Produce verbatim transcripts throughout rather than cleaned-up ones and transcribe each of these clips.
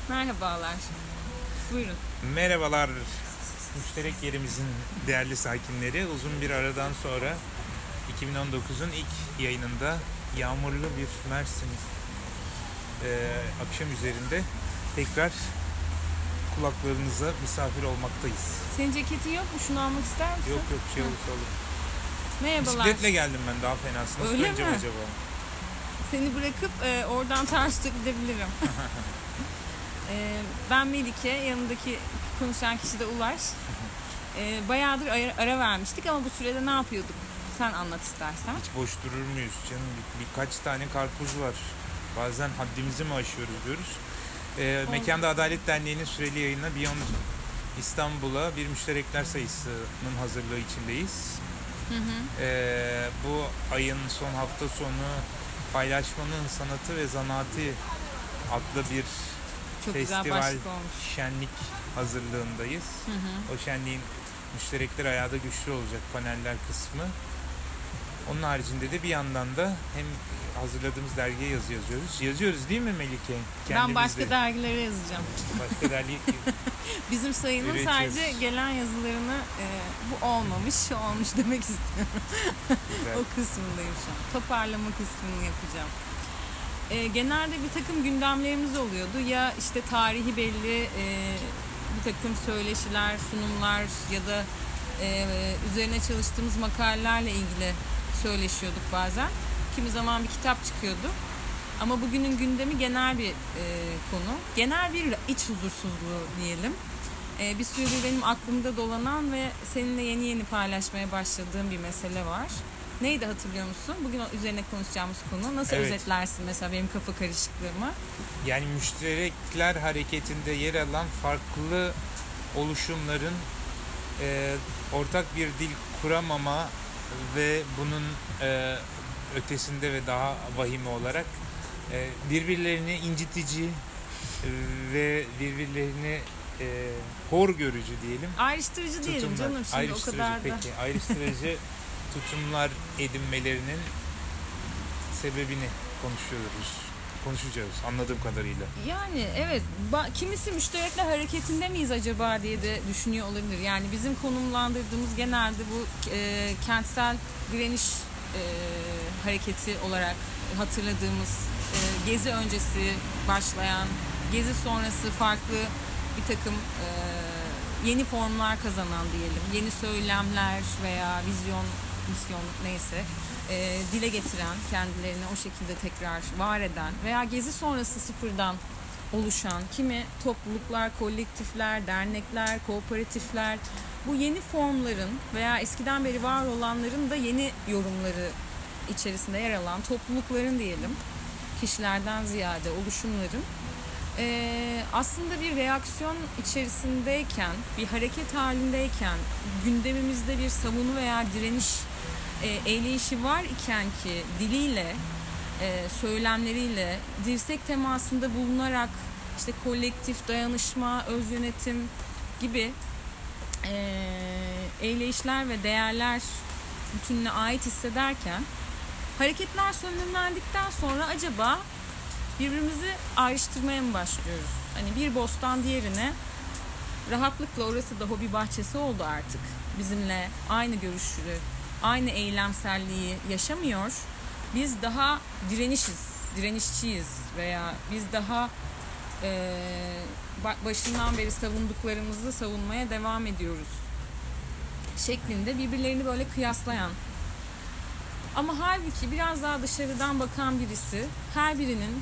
Merhabalar. Buyurun. Merhabalar müşterek yerimizin değerli sakinleri. Uzun bir aradan sonra iki bin on dokuzun ilk yayınında yağmurlu bir Mersin e, akşam üzerinde tekrar kulaklarınıza misafir olmaktayız. Senin ceketin yok mu? Şunu almak ister misin? Yok yok şey olursa olur. Merhabalar. Bisikletle geldim ben, daha fenası. Nasıl Öyle döneceğim mi? acaba? Seni bırakıp e, oradan ters gidebilirim. e, ben Melike, yanındaki konuşan kişi de Ulaş. E, bayağıdır ara, ara vermiştik ama bu sürede ne yapıyorduk? Sen anlat istersen. Hiç boş durur muyuz canım? Bir, birkaç tane karpuz var. Bazen haddimizi mi aşıyoruz diyoruz. E, Mekanda Adalet Derneği'nin süreli yayınına Beyond İstanbul'a bir müşterekler sayısının hazırlığı içindeyiz. Hı hı. E, bu ayın son hafta sonu Paylaşmanın Sanatı ve Zanaatı adlı bir Çok güzel festival, başlık olmuş. şenlik hazırlığındayız. Hı hı. O şenliğin müşterekler ayağı da güçlü olacak, paneller kısmı. Onun haricinde de bir yandan da hem hazırladığımız dergiye yazı yazıyoruz. Yazıyoruz değil mi Melike? Ben başka dergilere yazacağım. Başka dergi Bizim sayının Üreteceğiz. Sadece gelen yazılarını e, bu olmamış, şu olmuş demek istiyorum. O kısmındayım şu an. Toparlama kısmını yapacağım. E, genelde bir takım gündemlerimiz oluyordu. Ya işte tarihi belli e, bir takım söyleşiler, sunumlar ya da e, üzerine çalıştığımız makalelerle ilgili söyleşiyorduk bazen. Kimi zaman bir kitap çıkıyordu. Ama bugünün gündemi genel bir e, konu. Genel bir iç huzursuzluğu diyelim. E, bir süredir benim aklımda dolanan ve seninle yeni yeni paylaşmaya başladığım bir mesele var. Neydi, hatırlıyor musun? Bugün üzerine konuşacağımız konu. Nasıl Evet. özetlersin mesela benim kafa karışıklığımı? Yani müşterekler hareketinde yer alan farklı oluşumların e, ortak bir dil kuramama ve bunun e, ötesinde ve daha vahimi olarak e, birbirlerini incitici e, ve birbirlerini e, hor görücü diyelim. Ayrıştırıcı diyelim tutumlar, canım, şimdi o ayrıştırıcı, kadar da. peki, ayrıştırıcı tutumlar edinmelerinin sebebini konuşuyoruz. Konuşacağız anladığım kadarıyla. Yani evet, ba- kimisi müşterekler hareketinde miyiz acaba diye de düşünüyor olabilir. Yani bizim konumlandırdığımız genelde bu e, kentsel direniş e, hareketi olarak hatırladığımız e, gezi öncesi başlayan, gezi sonrası farklı bir takım e, yeni formlar kazanan diyelim, yeni söylemler veya vizyon, misyon neyse e, dile getiren, kendilerini o şekilde tekrar var eden veya gezi sonrası sıfırdan oluşan kimi topluluklar, kolektifler, dernekler, kooperatifler, bu yeni formların veya eskiden beri var olanların da yeni yorumları içerisinde yer alan toplulukların diyelim, kişilerden ziyade oluşumların Ee, aslında bir reaksiyon içerisindeyken, bir hareket halindeyken, gündemimizde bir savunu veya direniş e, eyleyişi var iken ki diliyle, e, söylemleriyle, dirsek temasında bulunarak işte kolektif dayanışma, öz yönetim gibi e, eyleyişler ve değerler bütününe ait hissederken hareketler sönümlendikten sonra acaba birbirimizi ayrıştırmaya mı başlıyoruz? Hani bir bostan diğerine rahatlıkla, orası da hobi bahçesi oldu artık. Bizimle aynı görüşü, aynı eylemselliği yaşamıyor. Biz daha direnişiz, direnişçiyiz veya biz daha e, başından beri savunduklarımızı savunmaya devam ediyoruz şeklinde birbirlerini böyle kıyaslayan. Ama halbuki biraz daha dışarıdan bakan birisi her birinin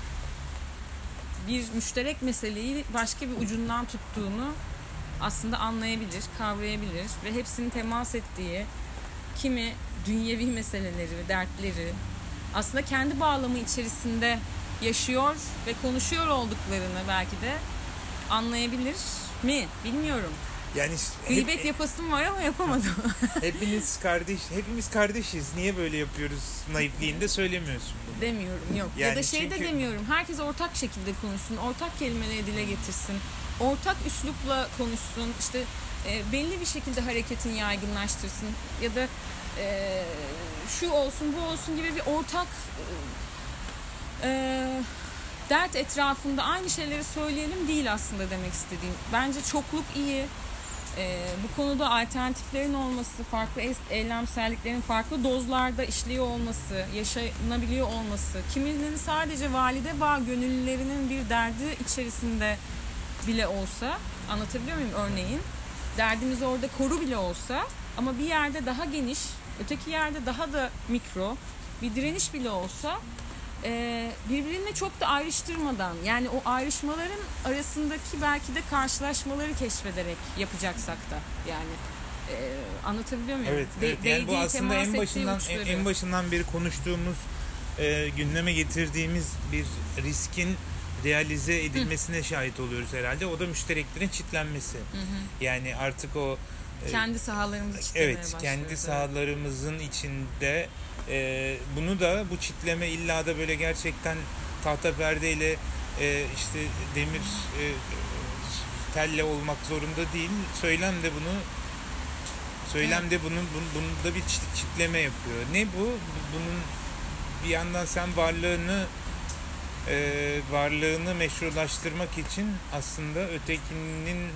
bir müşterek meseleyi başka bir ucundan tuttuğunu aslında anlayabilir, kavrayabilir ve hepsinin temas ettiği kimi dünyevi meseleleri ve dertleri aslında kendi bağlamı içerisinde yaşıyor ve konuşuyor olduklarını belki de anlayabilir mi? Bilmiyorum. Yani Gıybet hep, yapasım var ama yapamadım. hepiniz kardeş, hepimiz kardeşiz. Niye böyle yapıyoruz? Naifliğinde söylemiyorsun bunu. Demiyorum, yok. Yani ya da şey çünkü... de demiyorum. Herkes ortak şekilde konuşsun, ortak kelimeleri dile getirsin, ortak üslupla konuşsun. İşte e, belli bir şekilde hareketini yaygınlaştırsın ya da e, şu olsun, bu olsun gibi bir ortak e, dert etrafında aynı şeyleri söyleyelim değil aslında demek istediğim. Bence çokluk iyi. Ee, bu konuda alternatiflerin olması, farklı eylemselliklerin farklı dozlarda işliyor olması, yaşanabiliyor olması, kiminin sadece valide bağ gönüllülerinin bir derdi içerisinde bile olsa, anlatabiliyor muyum örneğin? Derdimiz orada koru bile olsa ama bir yerde daha geniş, öteki yerde daha da mikro bir direniş bile olsa e, birbirini çok da ayrıştırmadan, yani o ayrışmaların arasındaki belki de karşılaşmaları keşfederek yapacaksak da yani e, anlatabiliyor muyum? Evet, evet. De, yani bu aslında en başından uçları. en başından beri konuştuğumuz, e, gündeme getirdiğimiz bir riskin realize edilmesine Hı. şahit oluyoruz herhalde. O da müştereklerin çitlenmesi. Hı hı. Yani artık o kendi sahalarımızı çitlemeye evet, başlıyoruz. kendi sahalarımızın içinde e, bunu da bu çitleme illa da böyle gerçekten tahta perdeyle e, işte demir e, telle olmak zorunda değil. Söylem de bunu söylem de bunun bunu, bunu da bir çitleme yapıyor. Ne bu? Bunun bir yandan sen varlığını e, varlığını meşrulaştırmak için aslında ötekinin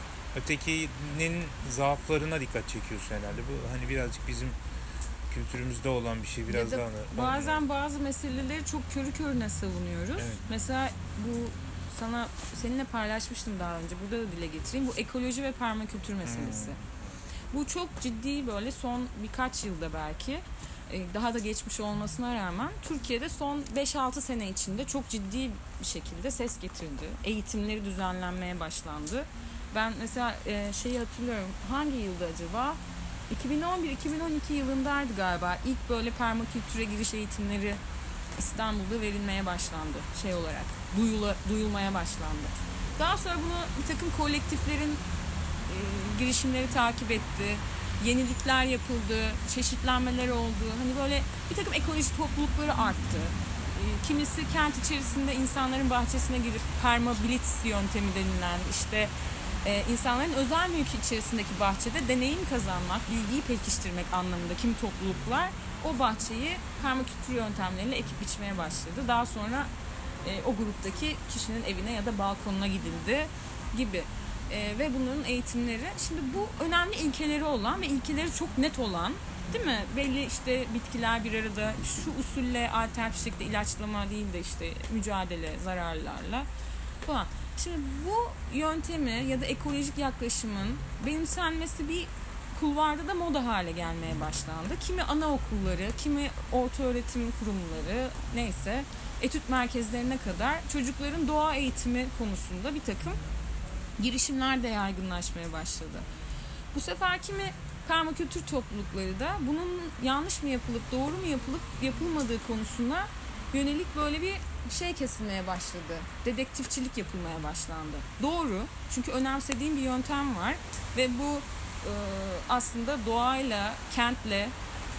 ötekinin zaaflarına dikkat çekiyorsun herhalde. Bu hani birazcık bizim kültürümüzde olan bir şey. Biraz daha bazen anladım. Bazı meseleleri çok körü körüne savunuyoruz. Evet. Mesela bu sana seninle paylaşmıştım daha önce. Burada da dile getireyim. Bu ekoloji ve permakültür meselesi. Hmm. Bu çok ciddi, böyle son birkaç yılda belki daha da geçmiş olmasına rağmen Türkiye'de son beş altı sene içinde çok ciddi bir şekilde ses getirdi. Eğitimleri düzenlenmeye başlandı. Ben mesela şeyi hatırlıyorum. Hangi yılda acaba? iki bin on bir iki bin on iki yılındaydı galiba. İlk böyle permakültüre giriş eğitimleri İstanbul'da verilmeye başlandı. Şey olarak duyula, duyulmaya başlandı. Daha sonra bunu bir takım kolektiflerin e, girişimleri takip etti. Yenilikler yapıldı. Çeşitlenmeler oldu. Hani böyle bir takım ekolojik toplulukları arttı. E, kimisi kent içerisinde insanların bahçesine girip permablitz yöntemi denilen işte Ee, insanların özel mülkü içerisindeki bahçede deneyim kazanmak, bilgiyi pekiştirmek anlamında kimi topluluklar o bahçeyi permakültür yöntemleriyle ekip biçmeye başladı. Daha sonra e, o gruptaki kişinin evine ya da balkonuna gidildi gibi. E, ve bunların eğitimleri, şimdi bu önemli ilkeleri olan ve ilkeleri çok net olan, değil mi? Belli işte bitkiler bir arada şu usulle, alternatif şekilde ilaçlama değil de işte mücadele zararlarla falan. Şimdi bu yöntemi ya da ekolojik yaklaşımın benimsenmesi bir kulvarda da moda hale gelmeye başlandı. Kimi anaokulları, kimi orta öğretim kurumları, neyse etüt merkezlerine kadar çocukların doğa eğitimi konusunda bir takım girişimler de yaygınlaşmaya başladı. Bu sefer kimi permakültür toplulukları da bunun yanlış mı yapılıp doğru mu yapılıp yapılmadığı konusuna yönelik böyle bir şey kesilmeye başladı. Dedektifçilik yapılmaya başlandı. Doğru. Çünkü önemsediğim bir yöntem var ve bu e, aslında doğayla, kentle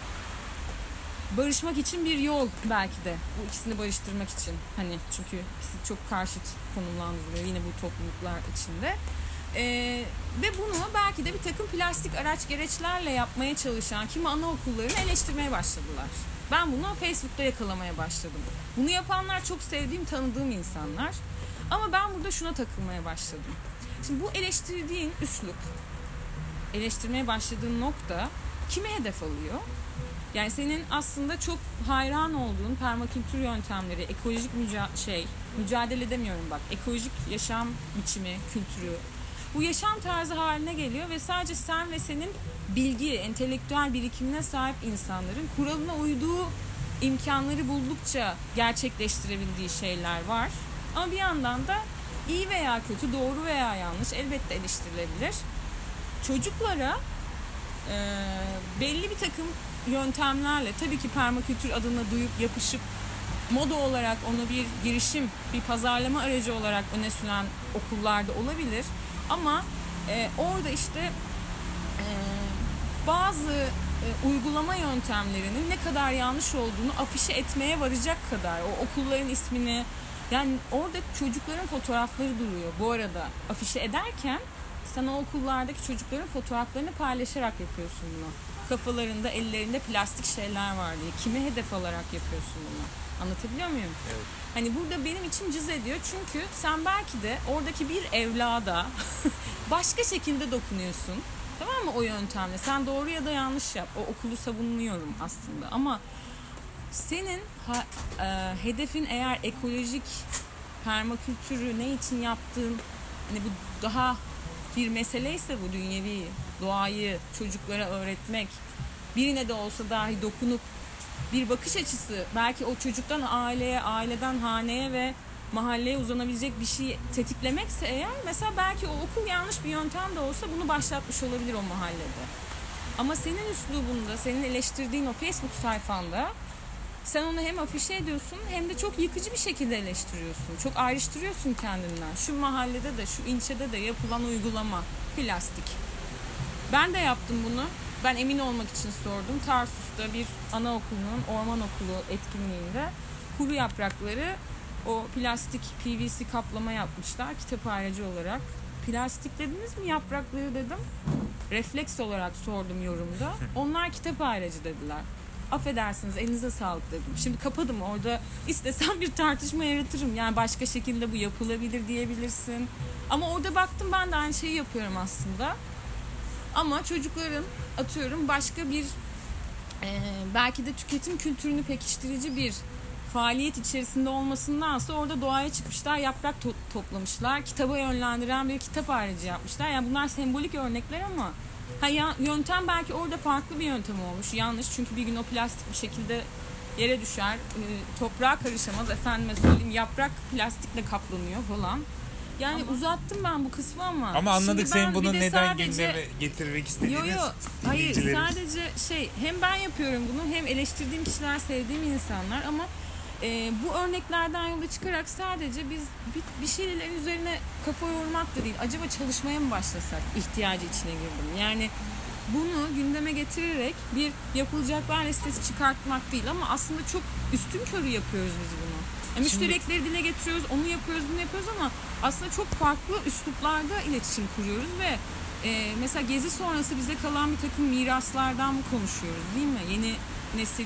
barışmak için bir yol belki de. Bu ikisini barıştırmak için. Hani çünkü ikisi çok karşıt konumlandırılıyor yine bu topluluklar içinde. Ee, ve bunu belki de bir takım plastik araç gereçlerle yapmaya çalışan kimi anaokullarını eleştirmeye başladılar. Ben bunu Facebook'ta yakalamaya başladım. Bunu yapanlar çok sevdiğim, tanıdığım insanlar. Ama ben burada şuna takılmaya başladım. Şimdi bu eleştirdiğin üslup, eleştirmeye başladığın nokta kime hedef alıyor? Yani senin aslında çok hayran olduğun permakültür yöntemleri, ekolojik müca- şey, mücadele demiyorum bak, ekolojik yaşam biçimi, kültürü, bu yaşam tarzı haline geliyor ve sadece sen ve senin bilgi, entelektüel birikimine sahip insanların kuralına uyduğu imkanları buldukça gerçekleştirebildiği şeyler var. Ama bir yandan da iyi veya kötü, doğru veya yanlış elbette eleştirilebilir. Çocuklara e, belli bir takım yöntemlerle, tabii ki permakültür adını duyup yapışıp moda olarak onu bir girişim, bir pazarlama aracı olarak öne süren okullarda olabilir. Ama e, orada işte e, bazı e, uygulama yöntemlerinin ne kadar yanlış olduğunu afişe etmeye varacak kadar, o okulların ismini, yani orada çocukların fotoğrafları duruyor. Bu arada afişe ederken sen o okullardaki çocukların fotoğraflarını paylaşarak yapıyorsun bunu. kafalarında, ellerinde plastik şeyler var diye. Kime hedef alarak yapıyorsun bunu? Anlatabiliyor muyum? Evet. Hani burada benim için cız ediyor çünkü sen belki de oradaki bir evlada başka şekilde dokunuyorsun. Tamam mı o yöntemle? Sen doğru ya da yanlış yap. O okulu savunmuyorum aslında ama senin ha, e, hedefin eğer ekolojik permakültürü ne için yaptığın, hani bu daha bir meseleyse, bu dünyevi doğayı çocuklara öğretmek, birine de olsa dahi dokunup bir bakış açısı belki o çocuktan aileye, aileden haneye ve mahalleye uzanabilecek bir şey tetiklemekse eğer, mesela belki o okul yanlış bir yöntem de olsa bunu başlatmış olabilir o mahallede. Ama senin üslubunda, senin eleştirdiğin o Facebook sayfanda sen onu hem afişe ediyorsun hem de çok yıkıcı bir şekilde eleştiriyorsun. Çok ayrıştırıyorsun kendinden. Şu mahallede de, şu ilçede de yapılan uygulama plastik. Ben de yaptım bunu. Ben emin olmak için sordum. Tarsus'ta bir anaokulunun orman okulu etkinliğinde kuru yaprakları o plastik P V C kaplama yapmışlar kitap ayracı olarak. Plastik dediniz mi yaprakları dedim. Refleks olarak sordum yorumda. Onlar kitap ayracı dediler. Affedersiniz, elinize sağlık dedim. Şimdi kapadım, orada istesem bir tartışma yaratırım. Yani başka şekilde bu yapılabilir diyebilirsin. Ama orada baktım ben de aynı şeyi yapıyorum aslında. Ama çocukların atıyorum başka bir e, belki de tüketim kültürünü pekiştirici bir faaliyet içerisinde olmasındansa orada doğaya çıkmışlar, yaprak to- toplamışlar, kitaba yönlendiren bir kitap ayrıcı yapmışlar. Yani bunlar sembolik örnekler ama ha ya, yöntem belki orada farklı bir yöntem olmuş. Yanlış, çünkü bir gün o plastik bir şekilde yere düşer, e, toprağa karışamaz, efendime söyleyeyim yaprak plastikle kaplanıyor falan. Yani ama uzattım ben bu kısmı ama. Ama anladık senin bunu neden sadece gündeme getirmek istediğiniz. Yo yo. Hayır, sadece şey, hem ben yapıyorum bunu hem eleştirdiğim kişiler, sevdiğim insanlar ama e, bu örneklerden yola çıkarak sadece biz bir, bir şeylerin üzerine kafa yormak da değil. Acaba çalışmaya mı başlasak? İhtiyacı içine girdim. Yani bunu gündeme getirerek bir yapılacaklar listesi çıkartmak değil ama aslında çok üstün körü yapıyoruz biz bunu. Yani müşterekleri dile getiriyoruz, onu yapıyoruz, bunu yapıyoruz ama aslında çok farklı üsluplarda iletişim kuruyoruz ve e, mesela Gezi sonrası bize kalan bir takım miraslardan mı konuşuyoruz, değil mi? Yeni nesil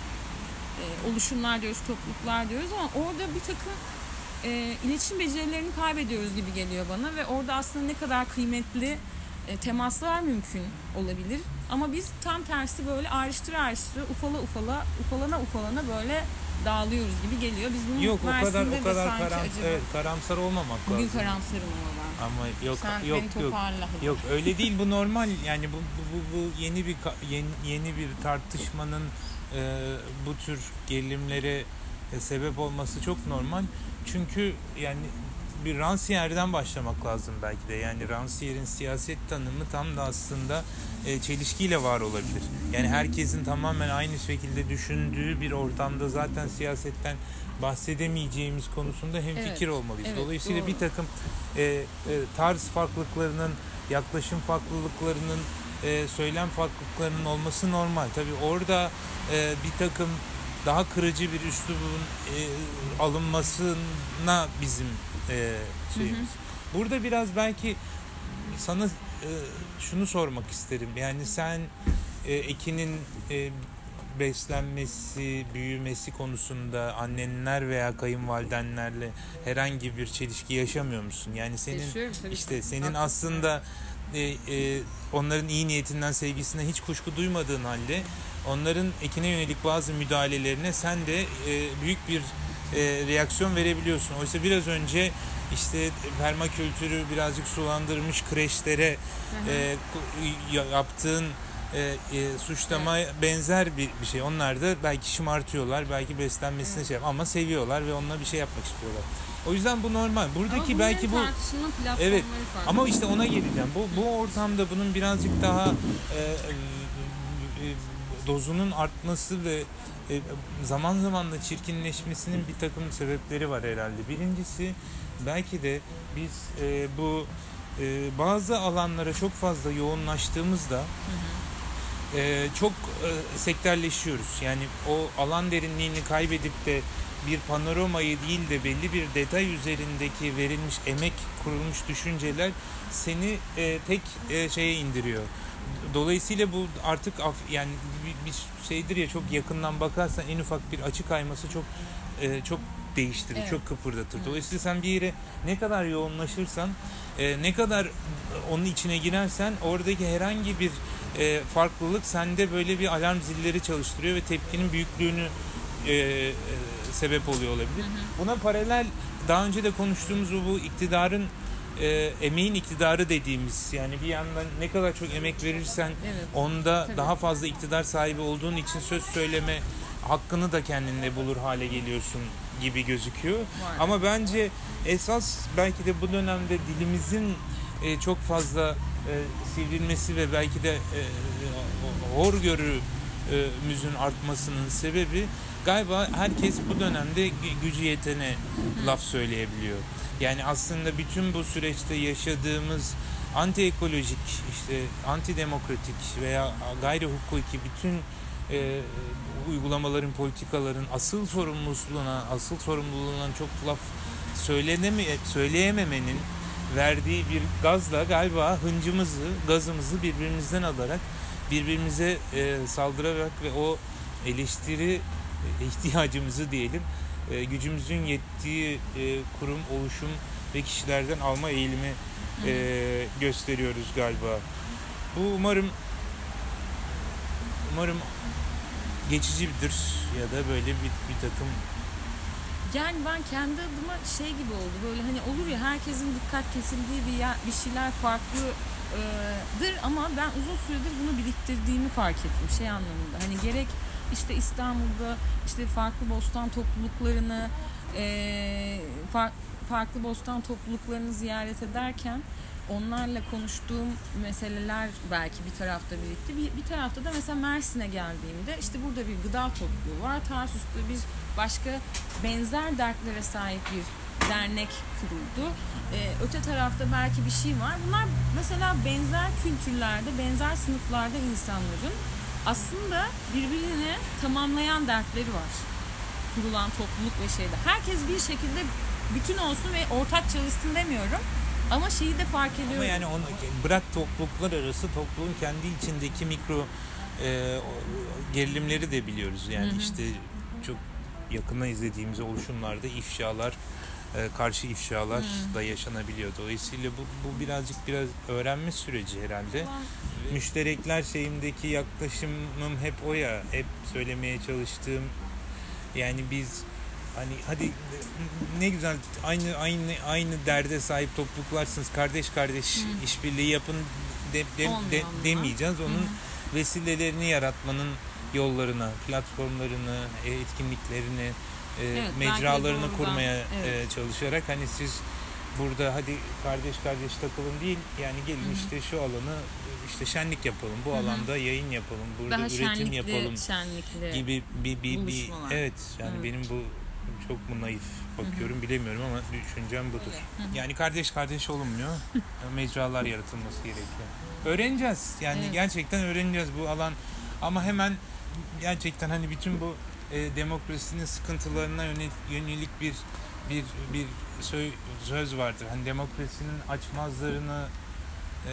e, oluşumlar diyoruz, topluluklar diyoruz ama orada bir takım e, iletişim becerilerini kaybediyoruz gibi geliyor bana ve orada aslında ne kadar kıymetli e, temaslar mümkün olabilir. Ama biz tam tersi böyle ayrıştıra ayrıştıra, ufala ufala, ufalana ufalana böyle dağılıyoruz gibi geliyor. Biz bunu yok, o kadar o kadar karam, evet, karamsar olmamak bugün lazım. Bugün karamsarım ama ben. Ama yok Sen yok beni yok. Hadi. Yok öyle değil, bu normal. Yani bu bu, bu, bu yeni bir yeni, yeni bir tartışmanın e, bu tür gerilimlere e, sebep olması çok normal. Çünkü yani bir Rancière'den başlamak lazım belki de. Yani Rancière'in siyaset tanımı tam da aslında e, çelişkiyle var olabilir. Yani herkesin tamamen aynı şekilde düşündüğü bir ortamda zaten siyasetten bahsedemeyeceğimiz konusunda hemfikir evet, olmalıyız. Evet, dolayısıyla doğru. Bir takım e, e, tarz farklılıklarının, yaklaşım farklılıklarının, e, söylem farklılıklarının olması normal. Tabii orada e, bir takım daha kırıcı bir üslubun e, alınmasına bizim e, şeyimiz. Hı hı. Burada biraz belki sana e, şunu sormak isterim. Yani sen e, Ekin'in e, beslenmesi, büyümesi konusunda annenler veya kayınvalidenlerle herhangi bir çelişki yaşamıyor musun? Yani senin işte senin aslında e, e, onların iyi niyetinden, sevgisinden hiç kuşku duymadığın halde onların Ekin'e yönelik bazı müdahalelerine sen de e, büyük bir e, reaksiyon verebiliyorsun. Oysa biraz önce işte permakültürü birazcık sulandırmış kreşlere e, yaptığın e, e, suçlama evet. benzer bir, bir şey. Onlar da belki şımartıyorlar, belki beslenmesine evet. şey ama seviyorlar ve onunla bir şey yapmak istiyorlar. O yüzden bu normal. Buradaki ama belki bu evet farklı. Ama işte ona geleceğim. Bu bu ortamda bunun birazcık daha e, e, dozunun artması ve e, zaman zaman da çirkinleşmesinin bir takım sebepleri var herhalde. Birincisi belki de biz e, bu e, bazı alanlara çok fazla yoğunlaştığımızda hı hı. E, çok e, sektörleşiyoruz. Yani o alan derinliğini kaybedip de bir panoramayı değil de belli bir detay üzerindeki verilmiş emek, kurulmuş düşünceler seni e, tek e, şeye indiriyor. Dolayısıyla bu artık af, yani bir, bir şeydir ya, çok yakından bakarsan en ufak bir açı kayması çok e, çok değiştirir, Evet. çok kıpırdatır. Evet. Dolayısıyla sen bir yere ne kadar yoğunlaşırsan, e, ne kadar onun içine girersen oradaki herhangi bir e, farklılık sende böyle bir alarm zilleri çalıştırıyor ve tepkinin büyüklüğünü e, e, sebep oluyor olabilir. Hı hı. Buna paralel daha önce de konuştuğumuz bu, bu iktidarın e, emeğin iktidarı dediğimiz, yani bir yandan ne kadar çok emek verirsen evet. onda Tabii. daha fazla iktidar sahibi olduğun için söz söyleme hakkını da kendinde bulur hale geliyorsun gibi gözüküyor. Var. Ama bence esas belki de bu dönemde dilimizin e, çok fazla e, sivrilmesi ve belki de e, hoşgörümüzün artmasının sebebi galiba herkes bu dönemde gücü yetene laf söyleyebiliyor. Yani aslında bütün bu süreçte yaşadığımız anti ekolojik, işte anti demokratik veya gayri hukuki bütün e, uygulamaların, politikaların asıl sorumluluğuna, asıl sorumluluğuna çok laf söyleneme, söyleyememenin verdiği bir gazla galiba hıncımızı, gazımızı birbirimizden alarak, birbirimize e, saldırarak ve o eleştiri ihtiyacımızı diyelim, e, gücümüzün yettiği e, kurum, oluşum ve kişilerden alma eğilimi e, gösteriyoruz galiba. Bu umarım umarım geçicidir ya da böyle bir, bir takım. Yani ben kendi adıma şey gibi oldu, böyle hani olur ya, herkesin dikkat kesildiği bir, yer, bir şeyler farklıdır ama ben uzun süredir bunu biriktirdiğimi fark ettim şey anlamında. Hani gerek işte İstanbul'da işte farklı bostan topluluklarını e, far, farklı bostan topluluklarını ziyaret ederken onlarla konuştuğum meseleler belki bir tarafta birikti. Bir, bir tarafta da mesela Mersin'e geldiğimde işte burada bir gıda topluluğu var. Tarsus'ta bir başka benzer dertlere sahip bir dernek kuruldu. Ee, öte tarafta belki bir şey var. Bunlar mesela benzer kültürlerde, benzer sınıflarda insanların aslında birbirini tamamlayan dertleri var. Kurulan topluluk ve şeyde. Herkes bir şekilde bütün olsun ve ortak çalışsın demiyorum. Ama şeyi de fark ediyorum. Ama yani onu bırak topluluklar arası, topluluğun kendi içindeki mikro e, gerilimleri de biliyoruz. Yani hı hı. işte çok yakından izlediğimiz oluşumlarda ifşalar, e, karşı ifşalar hı. da yaşanabiliyor. Dolayısıyla bu, bu birazcık biraz öğrenme süreci herhalde. Tamam. Müşterekler şeyimdeki yaklaşımım hep o ya, hep söylemeye çalıştığım, yani biz hani hadi ne güzel aynı aynı aynı derde sahip topluluklarsınız, kardeş kardeş hmm. işbirliği yapın de, de, de, demeyeceğiz. Onun hmm. vesilelerini yaratmanın yollarına, platformlarını, etkinliklerini, evet, mecralarını kurmaya evet. çalışarak hani siz burada hadi kardeş kardeş takılın değil, yani gelin hmm. işte şu alanı işte şenlik yapalım, bu hmm. alanda yayın yapalım, burada daha üretim yapalım şenlikli gibi bir bir, bir evet yani evet. benim bu çok mu naif bakıyorum, hı hı. bilemiyorum ama düşüncem budur. Hı hı. Yani kardeş kardeş olunmuyor. Mecralar yaratılması gerekiyor. Öğreneceğiz. Yani evet. gerçekten öğreneceğiz bu alan. Ama hemen gerçekten hani bütün bu e, demokrasinin sıkıntılarına yönelik bir bir bir söz vardır. Hani demokrasinin açmazlarını e,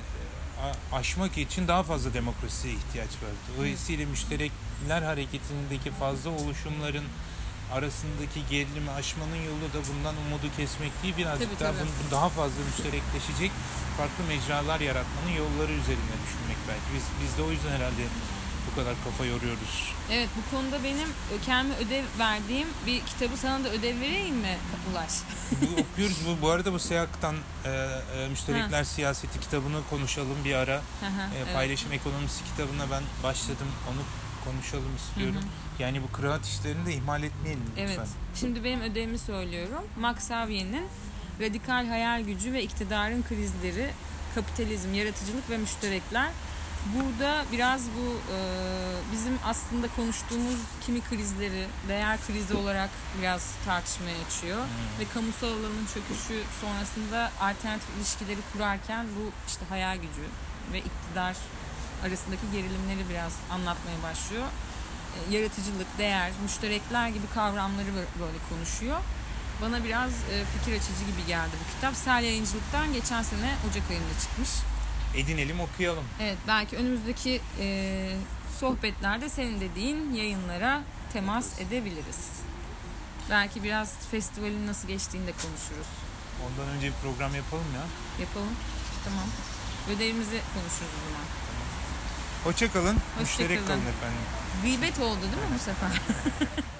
aşmak için daha fazla demokrasiye ihtiyaç var. Dolayısıyla hı. müşterekler hareketindeki fazla oluşumların arasındaki gerilimi aşmanın yolu da bundan umudu kesmek değil, birazcık tabii, daha tabii. Bunu daha fazla müşterekleşecek farklı mecralar yaratmanın yolları üzerine düşünmek belki. Biz biz de o yüzden herhalde bu kadar kafa yoruyoruz. Evet, bu konuda benim kendime ödev verdiğim bir kitabı sana da ödev vereyim mi Ulaş? Bu, okuyoruz. Bu, bu arada bu Seyak'tan e, e, Müşterekler ha. Siyaseti kitabını konuşalım bir ara. Hı hı, e, paylaşım evet. ekonomisi kitabına ben başladım. Onu konuşalım istiyorum. Hı hı. Yani bu kıraat işlerini de ihmal etmeyelim lütfen. Evet. Şimdi benim ödevimi söylüyorum. Max Havier'in Radikal Hayal Gücü ve İktidarın Krizleri, Kapitalizm, Yaratıcılık ve Müşterekler. Burada biraz bu e, bizim aslında konuştuğumuz kimi krizleri değer krizi olarak biraz tartışmaya açıyor. Hmm. Ve kamusal alanın çöküşü sonrasında alternatif ilişkileri kurarken bu işte hayal gücü ve iktidar arasındaki gerilimleri biraz anlatmaya başlıyor. E, yaratıcılık, değer, müşterekler gibi kavramları böyle konuşuyor. Bana biraz e, fikir açıcı gibi geldi bu kitap. Sel Yayıncılık'tan geçen sene Ocak ayında çıkmış. edinelim, okuyalım. Evet, belki önümüzdeki e, sohbetlerde senin dediğin yayınlara temas edebiliriz. Belki biraz festivalin nasıl geçtiğini de konuşuruz. Ondan önce bir program yapalım ya. Yapalım. Tamam. Ödevimizi konuşuruz o zaman. Hoşça kalın. Hoşça Müşterek kalın. kalın efendim. Gıybet oldu değil mi bu sefer?